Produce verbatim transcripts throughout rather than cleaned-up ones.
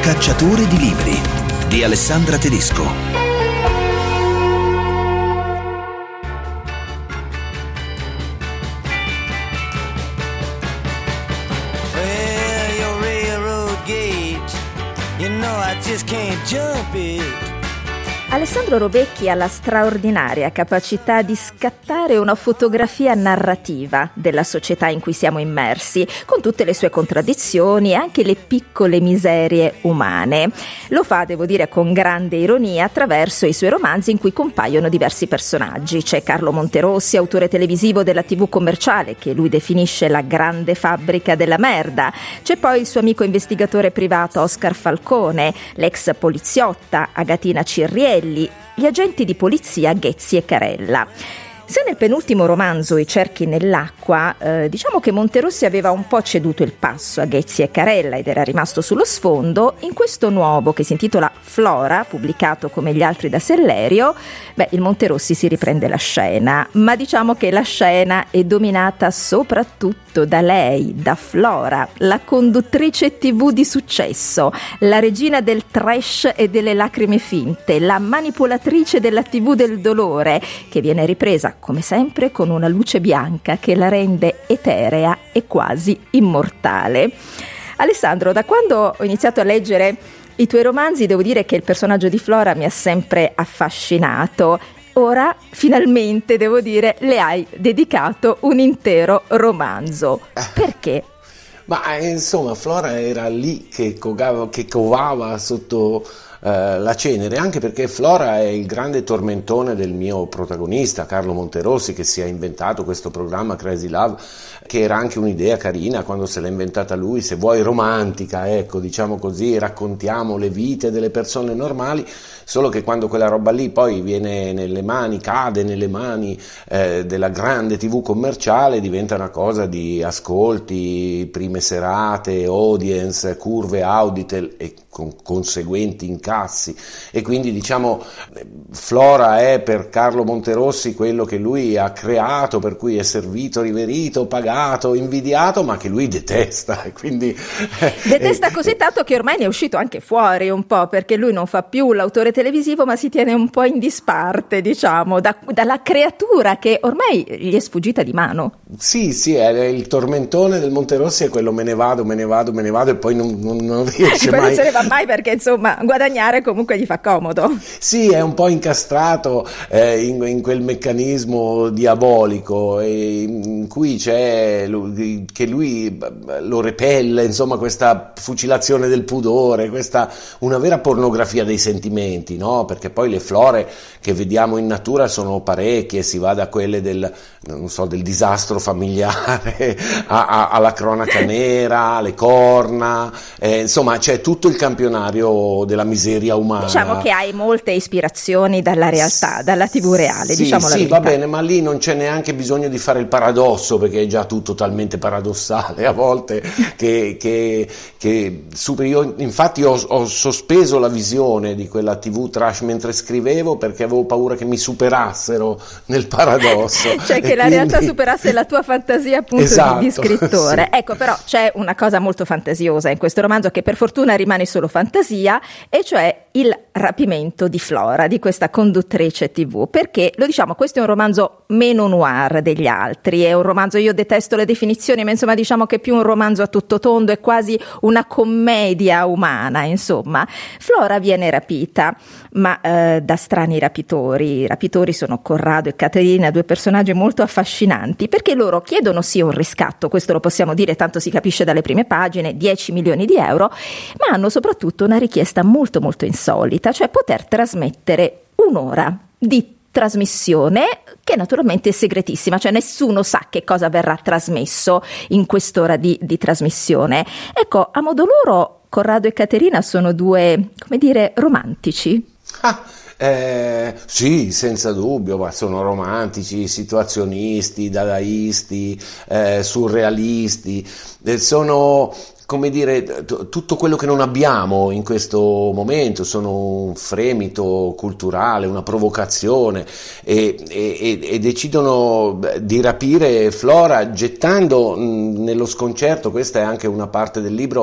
Cacciatore di libri di Alessandra Tedesco. Well, your railroad gate, you know I just can't jump it. Alessandro Robecchi ha la straordinaria capacità di scattare una fotografia narrativa della società in cui siamo immersi, con tutte le sue contraddizioni e anche le piccole miserie umane. Lo fa, devo dire, con grande ironia attraverso i suoi romanzi in cui compaiono diversi personaggi. C'è Carlo Monterossi, autore televisivo della tivù commerciale, che lui definisce la grande fabbrica della merda. C'è poi il suo amico investigatore privato Oscar Falcone, l'ex poliziotta Agatina Cirrielli, gli agenti di polizia Ghezzi e Carella. Se nel penultimo romanzo I cerchi nell'acqua, eh, diciamo che Monterossi aveva un po' ceduto il passo a Ghezzi e Carella ed era rimasto sullo sfondo, in questo nuovo, che si intitola Flora, pubblicato come gli altri da Sellerio, beh, il Monterossi si riprende la scena, ma diciamo che la scena è dominata soprattutto da lei, da Flora, la conduttrice tivù di successo, la regina del trash e delle lacrime finte, la manipolatrice della tivù del dolore, che viene ripresa come sempre con una luce bianca che la rende eterea e quasi immortale. Alessandro, da quando ho iniziato a leggere i tuoi romanzi devo dire che il personaggio di Flora mi ha sempre affascinato. Ora, finalmente, devo dire, le hai dedicato un intero romanzo. Perché? Ma insomma, Flora era lì che, cogava, che covava sotto Uh, la cenere, anche perché Flora è il grande tormentone del mio protagonista Carlo Monterossi, che si è inventato questo programma Crazy Love, che era anche un'idea carina quando se l'ha inventata lui, se vuoi romantica, ecco, diciamo così, raccontiamo le vite delle persone normali, solo che quando quella roba lì poi viene nelle mani, cade nelle mani eh, della grande tivù commerciale, diventa una cosa di ascolti, prime serate, audience, curve Auditel e con conseguenti incassi, e quindi diciamo Flora è per Carlo Monterossi quello che lui ha creato, per cui è servito, riverito, pagato, invidiato, ma che lui detesta, e quindi detesta eh, così tanto che ormai ne è uscito anche fuori un po', perché lui non fa più l'autore televisivo ma si tiene un po' in disparte, diciamo, da, dalla creatura che ormai gli è sfuggita di mano. Sì, sì, è il tormentone del Monterossi, è quello me ne vado, me ne vado, me ne vado e poi non, non, non riesce poi mai. Non se ne va mai perché insomma guadagnare comunque gli fa comodo. Sì, è un po' incastrato eh, in, in quel meccanismo diabolico e in cui c'è lui, che lui lo repelle, insomma, questa fucilazione del pudore, questa una vera pornografia dei sentimenti, no? Perché poi le flore che vediamo in natura sono parecchie, si va da quelle del, non so, del disastro familiare a, a, alla cronaca nera, alle corna, eh, insomma c'è tutto il campionario della miseria umana. Diciamo che hai molte ispirazioni dalla realtà, dalla tivù reale, sì, diciamo la sì, verità. Va bene, ma lì non c'è neanche bisogno di fare il paradosso, perché è già tutto talmente paradossale a volte che, che, che super, io infatti ho, ho sospeso la visione di quella tivù trash mentre scrivevo, perché avevo paura che mi superassero nel paradosso. Cioè che e la quindi... realtà superasse la tua fantasia appunto esatto, di, di scrittore. Sì. Ecco, però c'è una cosa molto fantasiosa in questo romanzo che per fortuna rimane solo fantasia, e cioè il rapimento di Flora, di questa conduttrice tivù, perché lo diciamo, questo è un romanzo meno noir degli altri, è un romanzo, io detesto le definizioni, ma insomma diciamo che è più un romanzo a tutto tondo, è quasi una commedia umana, insomma. Flora viene rapita, ma eh, da strani rapitori. I rapitori sono Corrado e Caterina, due personaggi molto affascinanti, perché loro chiedono sì un riscatto, questo lo possiamo dire, tanto si capisce dalle prime pagine, dieci milioni di euro, ma hanno soprattutto una richiesta molto molto insolita, cioè poter trasmettere un'ora di trasmissione che naturalmente è segretissima, cioè nessuno sa che cosa verrà trasmesso in quest'ora di, di trasmissione. Ecco, a modo loro Corrado e Caterina sono due, come dire, romantici. Ah, eh, sì, senza dubbio, ma sono romantici, situazionisti, dadaisti, eh, surrealisti, eh, sono... come dire, t- tutto quello che non abbiamo in questo momento, sono un fremito culturale, una provocazione, e, e, e decidono di rapire Flora gettando mh, nello sconcerto, questa è anche una parte del libro,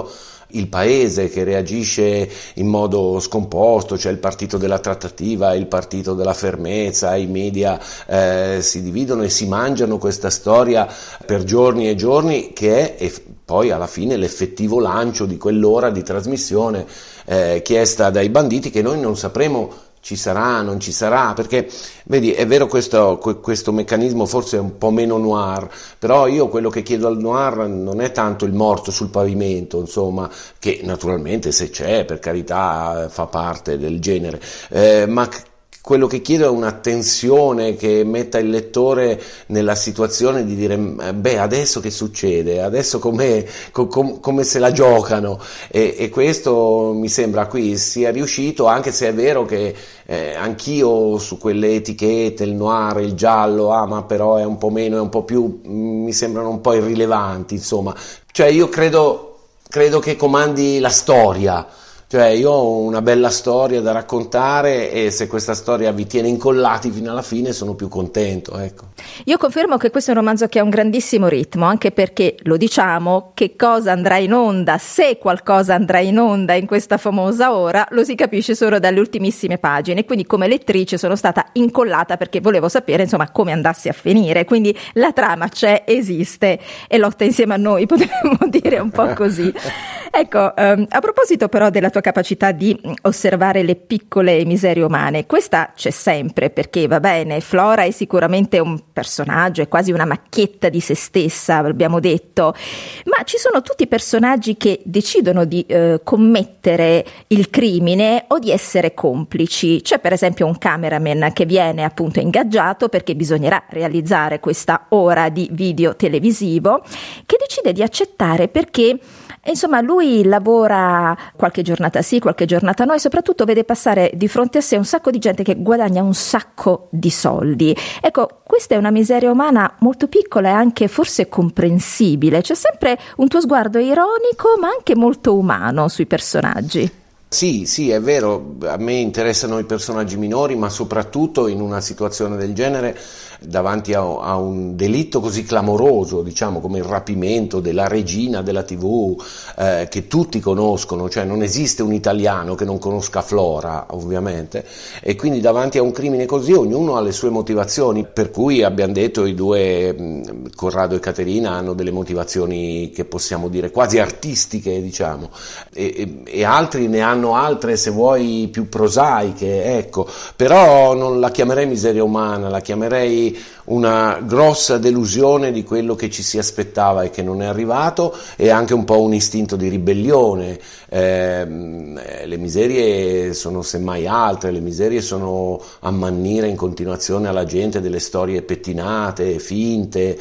il paese che reagisce in modo scomposto, c'è il partito della trattativa, il partito della fermezza, i media eh, si dividono e si mangiano questa storia per giorni e giorni, che è e poi alla fine l'effettivo lancio di quell'ora di trasmissione eh, chiesta dai banditi, che noi non sapremo ci sarà, non ci sarà, perché vedi, è vero, questo, questo meccanismo forse è un po' meno noir, però io quello che chiedo al noir non è tanto il morto sul pavimento, insomma, che naturalmente se c'è, per carità, fa parte del genere, eh, ma quello che chiedo è una tensione che metta il lettore nella situazione di dire beh, adesso che succede, adesso come, com, come se la giocano, e, e questo mi sembra qui sia riuscito, anche se è vero che eh, anch'io su quelle etichette, il noir, il giallo, ah ma però è un po' meno, è un po' più, mi sembrano un po' irrilevanti, insomma, cioè io credo, credo che comandi la storia. Cioè io ho una bella storia da raccontare e se questa storia vi tiene incollati fino alla fine sono più contento, ecco. Io confermo che questo è un romanzo che ha un grandissimo ritmo, anche perché, lo diciamo, che cosa andrà in onda, se qualcosa andrà in onda in questa famosa ora, lo si capisce solo dalle ultimissime pagine, quindi come lettrice sono stata incollata perché volevo sapere insomma come andasse a finire, quindi la trama c'è, esiste e lotta insieme a noi, potremmo dire un po' così. Ecco, um, a proposito però della tua capacità di osservare le piccole miserie umane, questa c'è sempre, perché va bene, Flora è sicuramente un personaggio, è quasi una macchietta di se stessa, abbiamo detto, ma ci sono tutti i personaggi che decidono di eh, commettere il crimine o di essere complici. C'è per esempio un cameraman che viene appunto ingaggiato perché bisognerà realizzare questa ora di video televisivo, che decide di accettare perché insomma lui lavora qualche giornata sì, qualche giornata no, e soprattutto vede passare di fronte a sé un sacco di gente che guadagna un sacco di soldi. Ecco, questa è una miseria umana molto piccola e anche forse comprensibile. C'è sempre un tuo sguardo ironico ma anche molto umano sui personaggi. Sì, sì, è vero, a me interessano i personaggi minori, ma soprattutto in una situazione del genere, davanti a, a un delitto così clamoroso, diciamo, come il rapimento della regina della tivù, eh, che tutti conoscono, cioè non esiste un italiano che non conosca Flora, ovviamente, e quindi davanti a un crimine così ognuno ha le sue motivazioni, per cui abbiamo detto i due, Corrado e Caterina, hanno delle motivazioni che possiamo dire quasi artistiche, diciamo, e, e, e altri ne hanno altre, se vuoi, più prosaiche, ecco, però non la chiamerei miseria umana, la chiamerei una grossa delusione di quello che ci si aspettava e che non è arrivato, e anche un po' un istinto di ribellione. Eh, le miserie sono semmai altre, le miserie sono ammannire in continuazione alla gente delle storie pettinate, finte,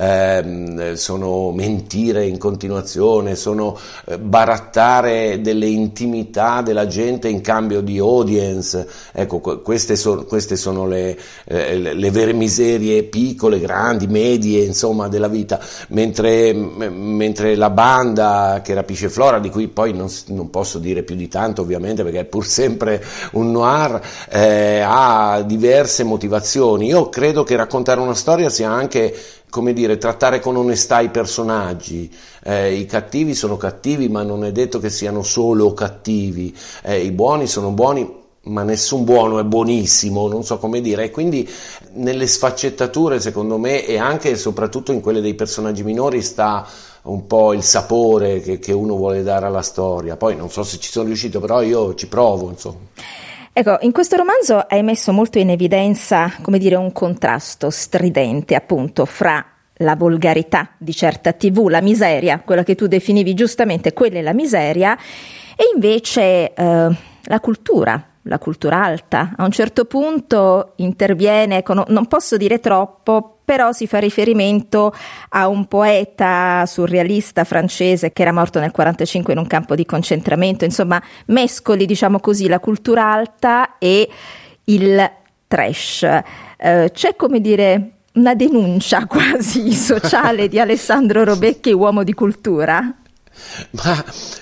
eh, sono mentire in continuazione, sono barattare delle intimità della gente in cambio di audience. Ecco, queste sono, queste sono le, eh, le vere miserie piccole, grandi, medie, insomma, della vita, mentre, m- mentre la banda che rapisce Flora, di cui poi non, non posso dire più di tanto ovviamente perché è pur sempre un noir, eh, ha diverse motivazioni. Io credo che raccontare una storia sia anche, come dire, trattare con onestà i personaggi. Eh, i cattivi sono cattivi, ma non è detto che siano solo cattivi, eh, i buoni sono buoni, ma nessun buono è buonissimo, non so come dire, e quindi nelle sfaccettature, secondo me, e anche e soprattutto in quelle dei personaggi minori, sta un po' il sapore che, che uno vuole dare alla storia. Poi non so se ci sono riuscito, però io ci provo, insomma. Ecco, in questo romanzo hai messo molto in evidenza, come dire, un contrasto stridente, appunto, fra la volgarità di certa tivù, la miseria, quella che tu definivi giustamente, quella è la miseria, e invece eh, la cultura, la cultura alta. A un certo punto interviene, ecco, no, non posso dire troppo, però si fa riferimento a un poeta surrealista francese che era morto nel quarantacinque in un campo di concentramento. Insomma, mescoli, diciamo così, la cultura alta e il trash. Eh, c'è, come dire, una denuncia quasi sociale di Alessandro Robecchi, uomo di cultura? Ma,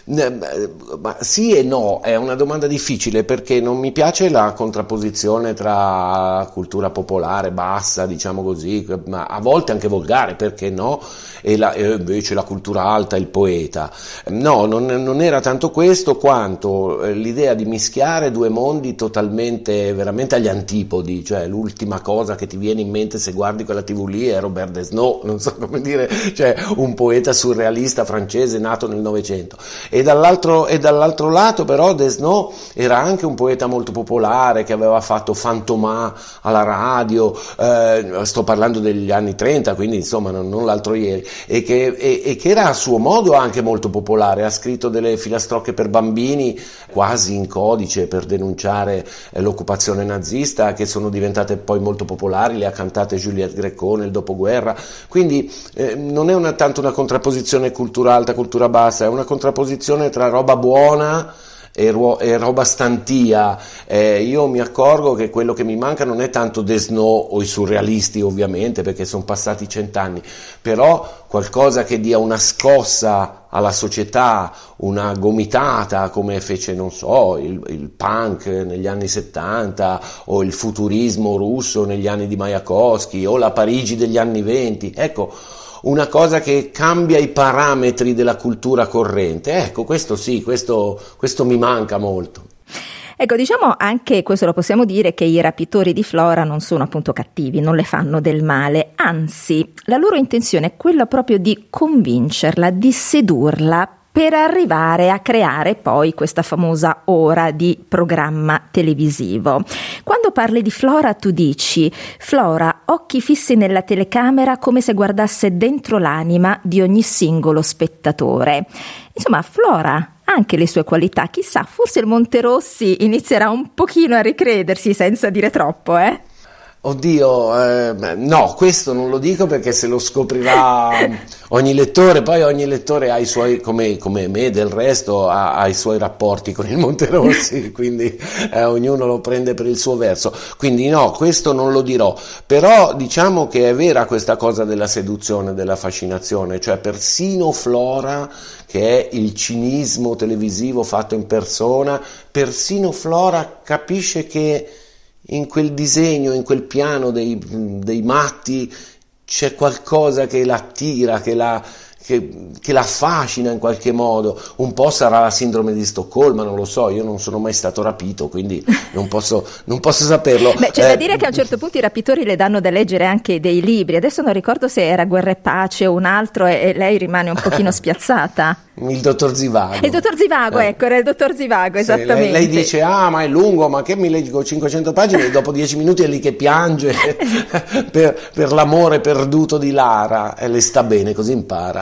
ma sì e no, è una domanda difficile perché non mi piace la contrapposizione tra cultura popolare bassa, diciamo così, ma a volte anche volgare, perché no, e, la, e invece la cultura alta, il poeta. No, non, non era tanto questo quanto l'idea di mischiare due mondi totalmente, veramente agli antipodi, cioè l'ultima cosa che ti viene in mente se guardi quella tivù lì è Robert Desnos, non so come dire, cioè un poeta surrealista francese nato nel Novecento, e dall'altro, e dall'altro lato però Desnos era anche un poeta molto popolare che aveva fatto Fantomas alla radio, eh, sto parlando degli anni trenta, quindi insomma non, non l'altro ieri, e che, e, e che era a suo modo anche molto popolare, ha scritto delle filastrocche per bambini quasi in codice per denunciare eh, l'occupazione nazista, che sono diventate poi molto popolari, le ha cantate Juliette Gréco nel dopoguerra, quindi eh, non è una, tanto una contrapposizione cultura alta, cultura bassa, è una contrapposizione tra roba buona e, ro- e roba stantia. Eh, io mi accorgo che quello che mi manca non è tanto Desnos o i surrealisti, ovviamente, perché sono passati cent'anni, però qualcosa che dia una scossa alla società, una gomitata, come fece, non so, il, il punk negli anni settanta, o il futurismo russo negli anni di Majakovskij, o la Parigi degli anni venti, ecco, una cosa che cambia i parametri della cultura corrente. Ecco, questo sì, questo, questo mi manca molto. Ecco, diciamo anche, questo lo possiamo dire, che i rapitori di Flora non sono appunto cattivi, non le fanno del male, anzi, la loro intenzione è quella proprio di convincerla, di sedurla, per arrivare a creare poi questa famosa ora di programma televisivo. Quando parli di Flora tu dici: Flora, occhi fissi nella telecamera come se guardasse dentro l'anima di ogni singolo spettatore. Insomma, Flora ha anche le sue qualità, chissà, forse il Monterossi inizierà un pochino a ricredersi, senza dire troppo, eh? Oddio, eh, no, questo non lo dico perché se lo scoprirà ogni lettore, poi ogni lettore ha i suoi, come, come me del resto, ha, ha i suoi rapporti con il Monterossi, quindi eh, ognuno lo prende per il suo verso, quindi no, questo non lo dirò, però diciamo che è vera questa cosa della seduzione, della fascinazione, cioè persino Flora, che è il cinismo televisivo fatto in persona, persino Flora capisce che in quel disegno, in quel piano dei, dei matti c'è qualcosa che la attira, che la, che, che la affascina in qualche modo. Un po' sarà la sindrome di Stoccolma, non lo so, io non sono mai stato rapito, quindi non posso, non posso saperlo. Beh, c'è eh, da dire che a un certo punto i rapitori le danno da leggere anche dei libri, adesso non ricordo se era Guerra e Pace o un altro, e, e lei rimane un pochino spiazzata. Il dottor Zivago. Il dottor Zivago, eh. ecco, era il dottor Zivago, sì, esattamente. Lei, lei dice, ah, ma è lungo, ma che mi leggo cinquecento pagine, e dopo dieci minuti è lì che piange per, per l'amore perduto di Lara, e le sta bene, così impara.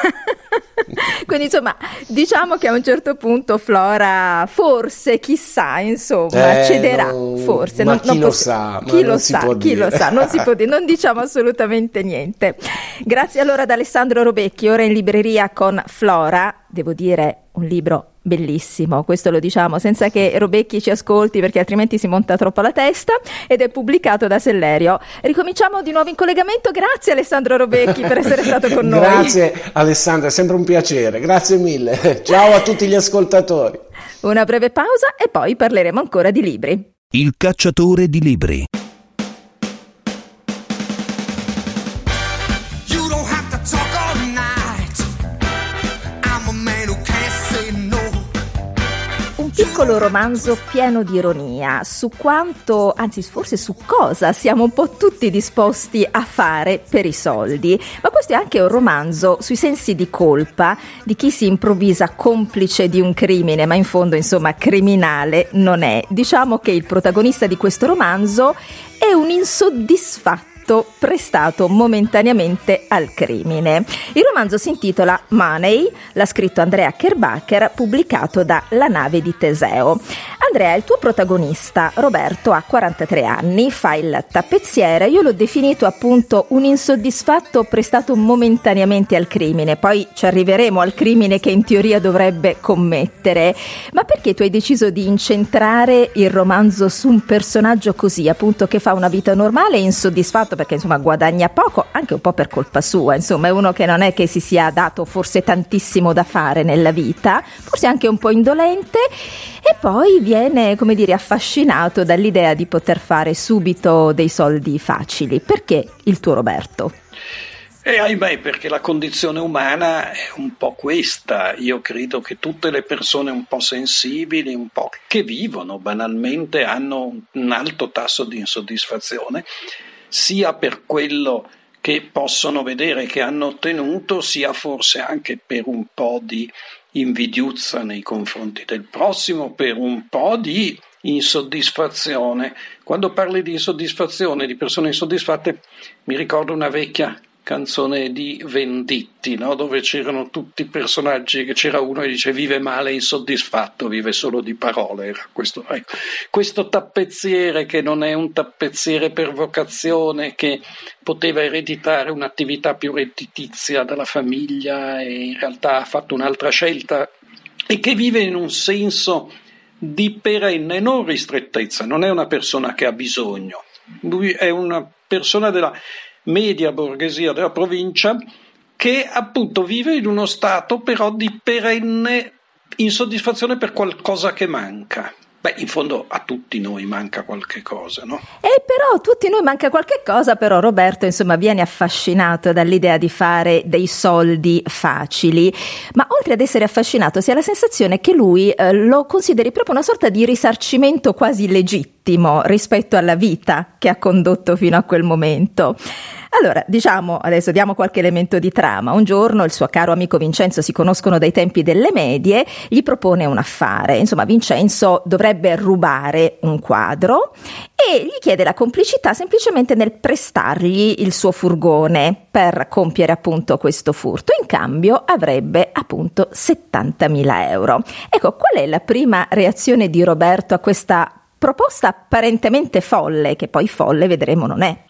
Quindi insomma, diciamo che a un certo punto Flora forse, chissà, insomma, eh, cederà, non, forse. Ma non, chi non lo possi- sa, chi ma lo sa, chi dire. lo sa, non si può dire, non diciamo assolutamente niente. Grazie allora ad Alessandro Robecchi, ora in libreria con Flora, devo dire un libro bellissimo, questo lo diciamo senza che Robecchi ci ascolti, perché altrimenti si monta troppo la testa, ed è pubblicato da Sellerio. Ricominciamo di nuovo in collegamento. Grazie Alessandro Robecchi per essere stato con noi. Grazie Alessandra, è sempre un piacere, grazie mille. Ciao a tutti gli ascoltatori. Una breve pausa e poi parleremo ancora di libri. Il cacciatore di libri. Piccolo romanzo pieno di ironia su quanto, anzi forse su cosa siamo un po' tutti disposti a fare per i soldi, ma questo è anche un romanzo sui sensi di colpa di chi si improvvisa complice di un crimine, ma in fondo insomma criminale non è. Diciamo che il protagonista di questo romanzo è un insoddisfatto prestato momentaneamente al crimine. Il romanzo si intitola Money, l'ha scritto Andrea Kerbacher, pubblicato da La Nave di Teseo. Andrea, il tuo protagonista, Roberto, ha quarantatré anni, fa il tappezziere. Io l'ho definito appunto un insoddisfatto prestato momentaneamente al crimine, poi ci arriveremo al crimine che in teoria dovrebbe commettere. Ma perché tu hai deciso di incentrare il romanzo su un personaggio così, appunto, che fa una vita normale e insoddisfatto perché insomma guadagna poco, anche un po' per colpa sua, insomma è uno che non è che si sia dato forse tantissimo da fare nella vita, forse anche un po' indolente, e poi viene, come dire, affascinato dall'idea di poter fare subito dei soldi facili. Perché il tuo Roberto? E ahimè, perché la condizione umana è un po' questa. Io credo che tutte le persone un po' sensibili, un po' che vivono banalmente, hanno un alto tasso di insoddisfazione, sia per quello che possono vedere che hanno ottenuto, sia forse anche per un po' di invidiuzza nei confronti del prossimo, per un po' di insoddisfazione. Quando parli di insoddisfazione, di persone insoddisfatte, mi ricordo una vecchia canzone di Venditti, no? Dove c'erano tutti i personaggi, che c'era uno che dice vive male, insoddisfatto, vive solo di parole. Era questo, ecco. Questo tappezziere che non è un tappezziere per vocazione, che poteva ereditare un'attività più redditizia dalla famiglia e in realtà ha fatto un'altra scelta, e che vive in un senso di perenne non ristrettezza. Non è una persona che ha bisogno, lui è una persona della media borghesia della provincia che appunto vive in uno stato però di perenne insoddisfazione per qualcosa che manca. Beh, in fondo a tutti noi manca qualche cosa, no? E però a tutti noi manca qualche cosa, però Roberto insomma viene affascinato dall'idea di fare dei soldi facili, ma oltre ad essere affascinato si ha la sensazione che lui eh, lo consideri proprio una sorta di risarcimento quasi legittimo rispetto alla vita che ha condotto fino a quel momento. Allora, diciamo, adesso diamo qualche elemento di trama. Un giorno il suo caro amico Vincenzo, si conoscono dai tempi delle medie, gli propone un affare. Insomma, Vincenzo dovrebbe rubare un quadro e gli chiede la complicità semplicemente nel prestargli il suo furgone per compiere appunto questo furto. In cambio avrebbe appunto settantamila euro. Ecco, qual è la prima reazione di Roberto a questa proposta apparentemente folle, che poi folle vedremo non è?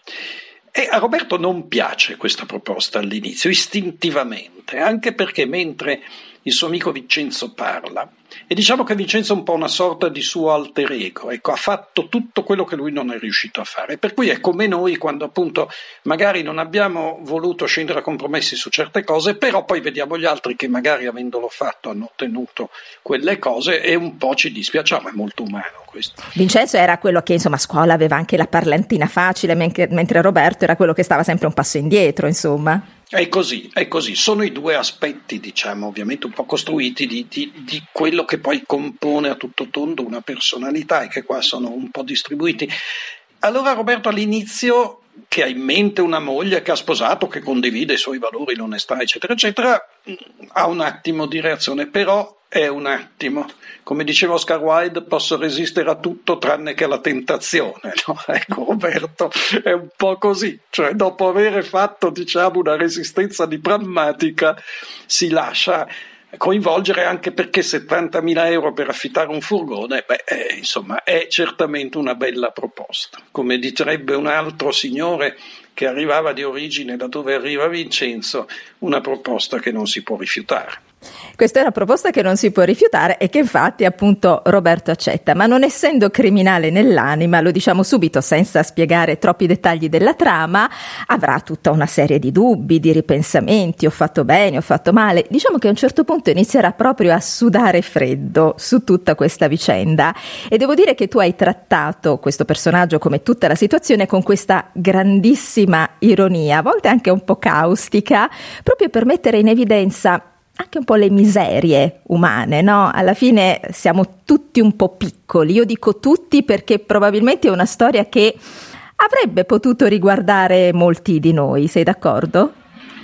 E a Roberto non piace questa proposta all'inizio, istintivamente, anche perché mentre il suo amico Vincenzo parla, e diciamo che Vincenzo è un po' una sorta di suo alter ego, ecco, ha fatto tutto quello che lui non è riuscito a fare, per cui è come noi quando appunto magari non abbiamo voluto scendere a compromessi su certe cose, però poi vediamo gli altri che magari avendolo fatto hanno ottenuto quelle cose e un po' ci dispiacciamo, è molto umano questo. Vincenzo era quello che insomma a scuola aveva anche la parlantina facile, mentre, mentre Roberto era quello che stava sempre un passo indietro, insomma. È così, è così, sono i due aspetti, diciamo, ovviamente un po' costruiti di, di, di quello che poi compone a tutto tondo una personalità e che qua sono un po' distribuiti. Allora Roberto all'inizio, che ha in mente una moglie che ha sposato, che condivide i suoi valori, l'onestà, eccetera, eccetera, ha un attimo di reazione, però è un attimo. Come diceva Oscar Wilde, posso resistere a tutto tranne che alla tentazione, no? Ecco, Roberto è un po' così, cioè dopo aver fatto, diciamo, una resistenza di prammatica, si lascia coinvolgere, anche perché settantamila euro per affittare un furgone, beh, eh, insomma, è certamente una bella proposta. Come direbbe un altro signore che arrivava di origine da dove arriva Vincenzo, una proposta che non si può rifiutare. Questa è una proposta che non si può rifiutare e che infatti appunto Roberto accetta, ma non essendo criminale nell'anima, lo diciamo subito senza spiegare troppi dettagli della trama, avrà tutta una serie di dubbi, di ripensamenti, ho fatto bene, ho fatto male. Diciamo che a un certo punto inizierà proprio a sudare freddo su tutta questa vicenda, e devo dire che tu hai trattato questo personaggio, come tutta la situazione, con questa grandissima ironia, a volte anche un po' caustica, proprio per mettere in evidenza anche un po' le miserie umane, no? Alla fine siamo tutti un po' piccoli, io dico tutti perché probabilmente è una storia che avrebbe potuto riguardare molti di noi, sei d'accordo?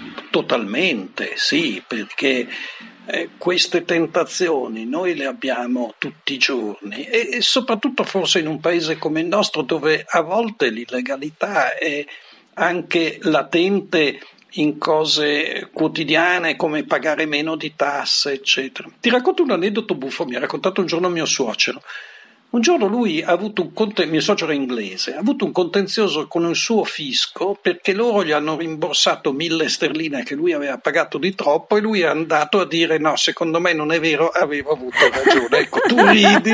Totalmente, sì, perché eh, queste tentazioni noi le abbiamo tutti i giorni e, e soprattutto forse in un paese come il nostro, dove a volte l'illegalità è anche latente in cose quotidiane come pagare meno di tasse, eccetera. Ti racconto un aneddoto buffo, mi ha raccontato un giorno mio suocero. Un giorno lui ha avuto un contenzioso, mio suocero inglese, ha avuto un contenzioso con il suo fisco perché loro gli hanno rimborsato mille sterline che lui aveva pagato di troppo e lui è andato a dire no, secondo me non è vero, avevo avuto ragione. Ecco, tu ridi,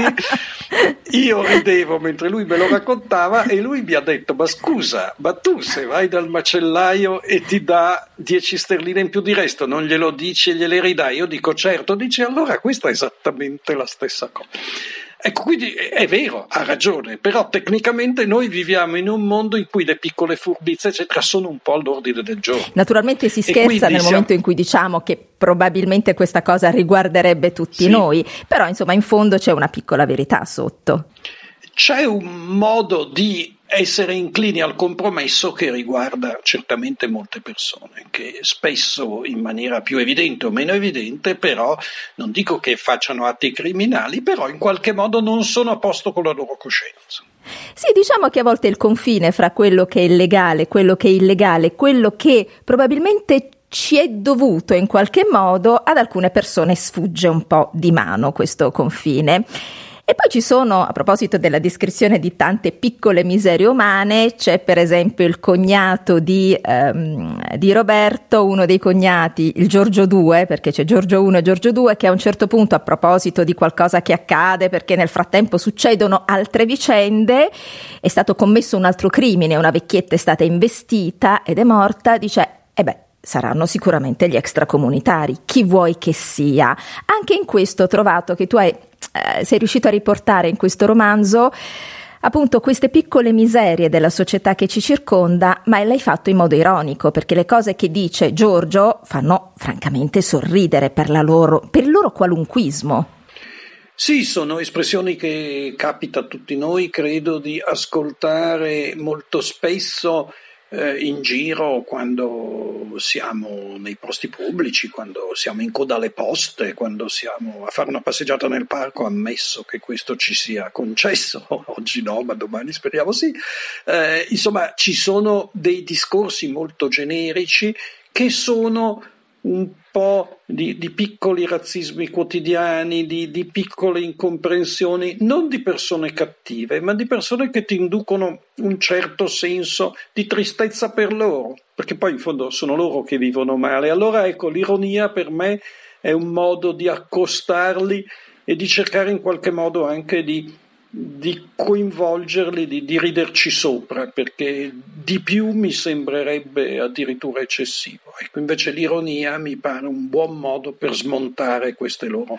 io ridevo mentre lui me lo raccontava e lui mi ha detto ma scusa, ma tu se vai dal macellaio e ti dà dieci sterline in più di resto non glielo dici e gliele ridai? Io dico certo, dice allora questa è esattamente la stessa cosa. Ecco, quindi è vero, ha ragione, però tecnicamente noi viviamo in un mondo in cui le piccole furbizie, eccetera, sono un po' all'ordine del giorno. Naturalmente si scherza nel siamo... momento in cui diciamo che probabilmente questa cosa riguarderebbe tutti sì. noi, però insomma in fondo c'è una piccola verità sotto. C'è un modo di essere inclini al compromesso che riguarda certamente molte persone, che spesso in maniera più evidente o meno evidente, però non dico che facciano atti criminali, però in qualche modo non sono a posto con la loro coscienza. Sì, diciamo che a volte il confine fra quello che è legale, quello che è illegale, quello che probabilmente ci è dovuto in qualche modo, ad alcune persone sfugge un po' di mano questo confine. E poi ci sono, a proposito della descrizione di tante piccole miserie umane, c'è per esempio il cognato di, ehm, di Roberto, uno dei cognati, il Giorgio due, perché c'è Giorgio uno e Giorgio due, che a un certo punto, a proposito di qualcosa che accade, perché nel frattempo succedono altre vicende, è stato commesso un altro crimine, una vecchietta è stata investita ed è morta, dice, e beh, saranno sicuramente gli extracomunitari, chi vuoi che sia. Anche in questo ho trovato che tu hai, eh, sei riuscito a riportare in questo romanzo appunto queste piccole miserie della società che ci circonda, ma l'hai fatto in modo ironico, perché le cose che dice Giorgio fanno francamente sorridere per, la loro, per il loro qualunquismo. Sì, sono espressioni che capita a tutti noi, credo, di ascoltare molto spesso in giro quando siamo nei posti pubblici, quando siamo in coda alle poste, quando siamo a fare una passeggiata nel parco, ammesso che questo ci sia concesso, oggi no, ma domani speriamo sì. Eh, insomma, ci sono dei discorsi molto generici che sono un po' di, di piccoli razzismi quotidiani, di, di piccole incomprensioni, non di persone cattive, ma di persone che ti inducono un certo senso di tristezza per loro, perché poi in fondo sono loro che vivono male. Allora ecco, l'ironia per me è un modo di accostarli e di cercare in qualche modo anche di di coinvolgerli, di, di riderci sopra, perché di più mi sembrerebbe addirittura eccessivo. Ecco, invece l'ironia mi pare un buon modo per smontare queste loro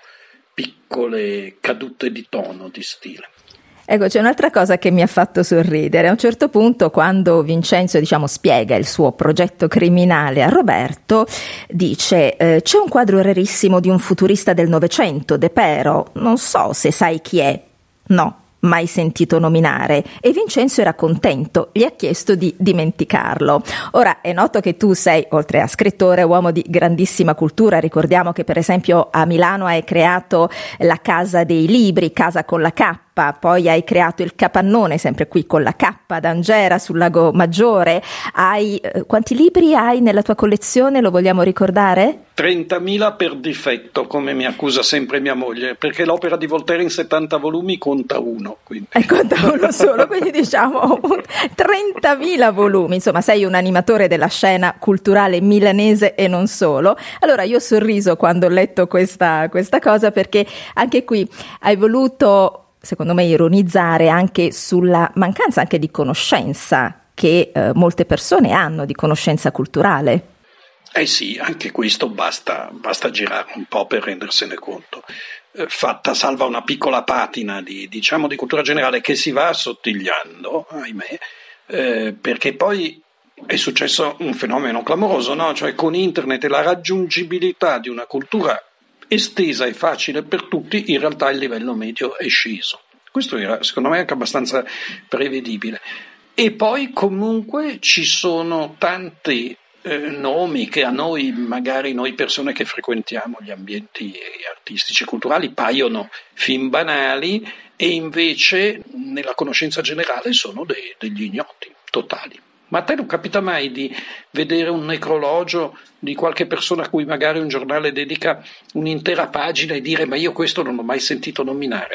piccole cadute di tono, di stile. Ecco, c'è un'altra cosa che mi ha fatto sorridere. A un certo punto, quando Vincenzo, diciamo, spiega il suo progetto criminale a Roberto, dice eh, c'è un quadro rarissimo di un futurista del Novecento, De Pero, non so se sai chi è. No, mai sentito nominare, e Vincenzo era contento, gli ha chiesto di dimenticarlo. Ora è noto che tu sei, oltre a scrittore, uomo di grandissima cultura. Ricordiamo che per esempio a Milano hai creato la Casa dei Libri, Casa con la K, poi hai creato il Capannone, sempre qui con la K, ad Angera sul Lago Maggiore. Hai eh, quanti libri hai nella tua collezione, lo vogliamo ricordare? trentamila per difetto, come mi accusa sempre mia moglie, perché l'opera di Voltaire in settanta volumi conta uno. Quindi. E conta uno solo, quindi diciamo trentamila volumi. Insomma, sei un animatore della scena culturale milanese e non solo. Allora io ho sorriso quando ho letto questa, questa cosa, perché anche qui hai voluto, secondo me, ironizzare anche sulla mancanza anche di conoscenza che eh, molte persone hanno, di conoscenza culturale. Eh sì, anche questo basta, basta girare un po' per rendersene conto. Eh, fatta salva una piccola patina di, diciamo, di cultura generale che si va assottigliando, ahimè, eh, perché poi è successo un fenomeno clamoroso, no? Cioè con internet e la raggiungibilità di una cultura estesa e facile per tutti, in realtà il livello medio è sceso. Questo era, secondo me, anche abbastanza prevedibile. E poi comunque ci sono tanti eh, nomi che a noi, magari noi persone che frequentiamo gli ambienti artistici e culturali, paiono fin banali, e invece nella conoscenza generale sono de- degli ignoti totali. Ma a te non capita mai di vedere un necrologio di qualche persona a cui magari un giornale dedica un'intera pagina e dire ma io questo non l'ho mai sentito nominare?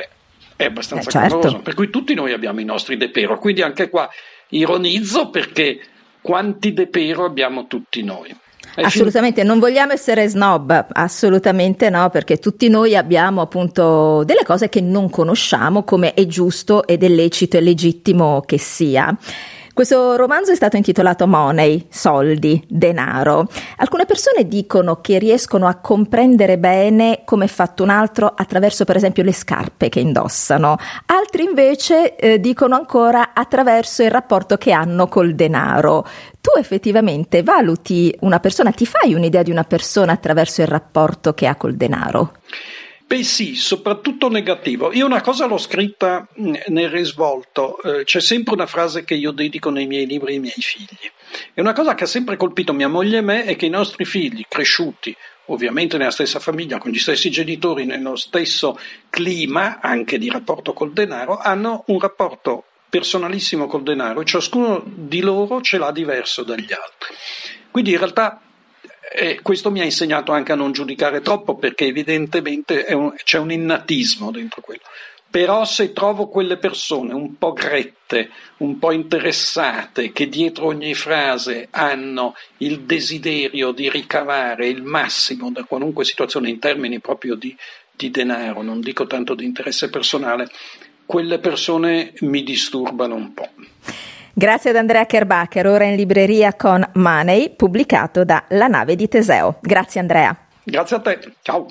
è abbastanza eh, certo. clamoroso, per cui tutti noi abbiamo i nostri De Pero, quindi anche qua ironizzo perché quanti De Pero abbiamo tutti noi. È assolutamente, fin- non vogliamo essere snob, assolutamente no, perché tutti noi abbiamo appunto delle cose che non conosciamo, come è giusto ed è lecito e legittimo che sia. Questo romanzo è stato intitolato Money, soldi, denaro. Alcune persone dicono che riescono a comprendere bene come è fatto un altro attraverso per esempio le scarpe che indossano, altri invece eh, dicono ancora attraverso il rapporto che hanno col denaro. Tu effettivamente valuti una persona, ti fai un'idea di una persona attraverso il rapporto che ha col denaro? Beh sì, soprattutto negativo. Io una cosa l'ho scritta nel risvolto, eh, c'è sempre una frase che io dedico nei miei libri ai miei figli. E una cosa che ha sempre colpito mia moglie e me è che i nostri figli, cresciuti ovviamente nella stessa famiglia, con gli stessi genitori, nello stesso clima, anche di rapporto col denaro, hanno un rapporto personalissimo col denaro e ciascuno di loro ce l'ha diverso dagli altri. Quindi in realtà E questo mi ha insegnato anche a non giudicare troppo, perché evidentemente è un, c'è un innatismo dentro quello. Però se trovo quelle persone un po' grette, un po' interessate, che dietro ogni frase hanno il desiderio di ricavare il massimo da qualunque situazione in termini proprio di, di denaro, non dico tanto di interesse personale, quelle persone mi disturbano un po'. Grazie ad Andrea Kerbacher, ora in libreria con Money, pubblicato da La Nave di Teseo. Grazie Andrea. Grazie a te, ciao.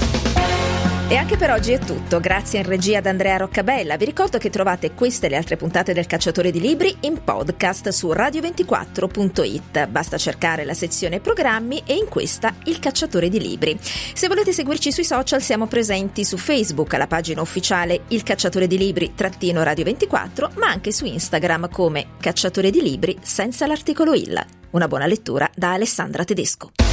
E anche per oggi è tutto, grazie in regia ad Andrea Roccabella. Vi ricordo che trovate queste e le altre puntate del Cacciatore di Libri in podcast su radio ventiquattro punto it. Basta cercare la sezione programmi e in questa Il Cacciatore di Libri. Se volete seguirci sui social siamo presenti su Facebook alla pagina ufficiale Il Cacciatore di Libri trattino Radio ventiquattro, ma anche su Instagram come Cacciatore di Libri senza l'articolo il. Una buona lettura da Alessandra Tedesco.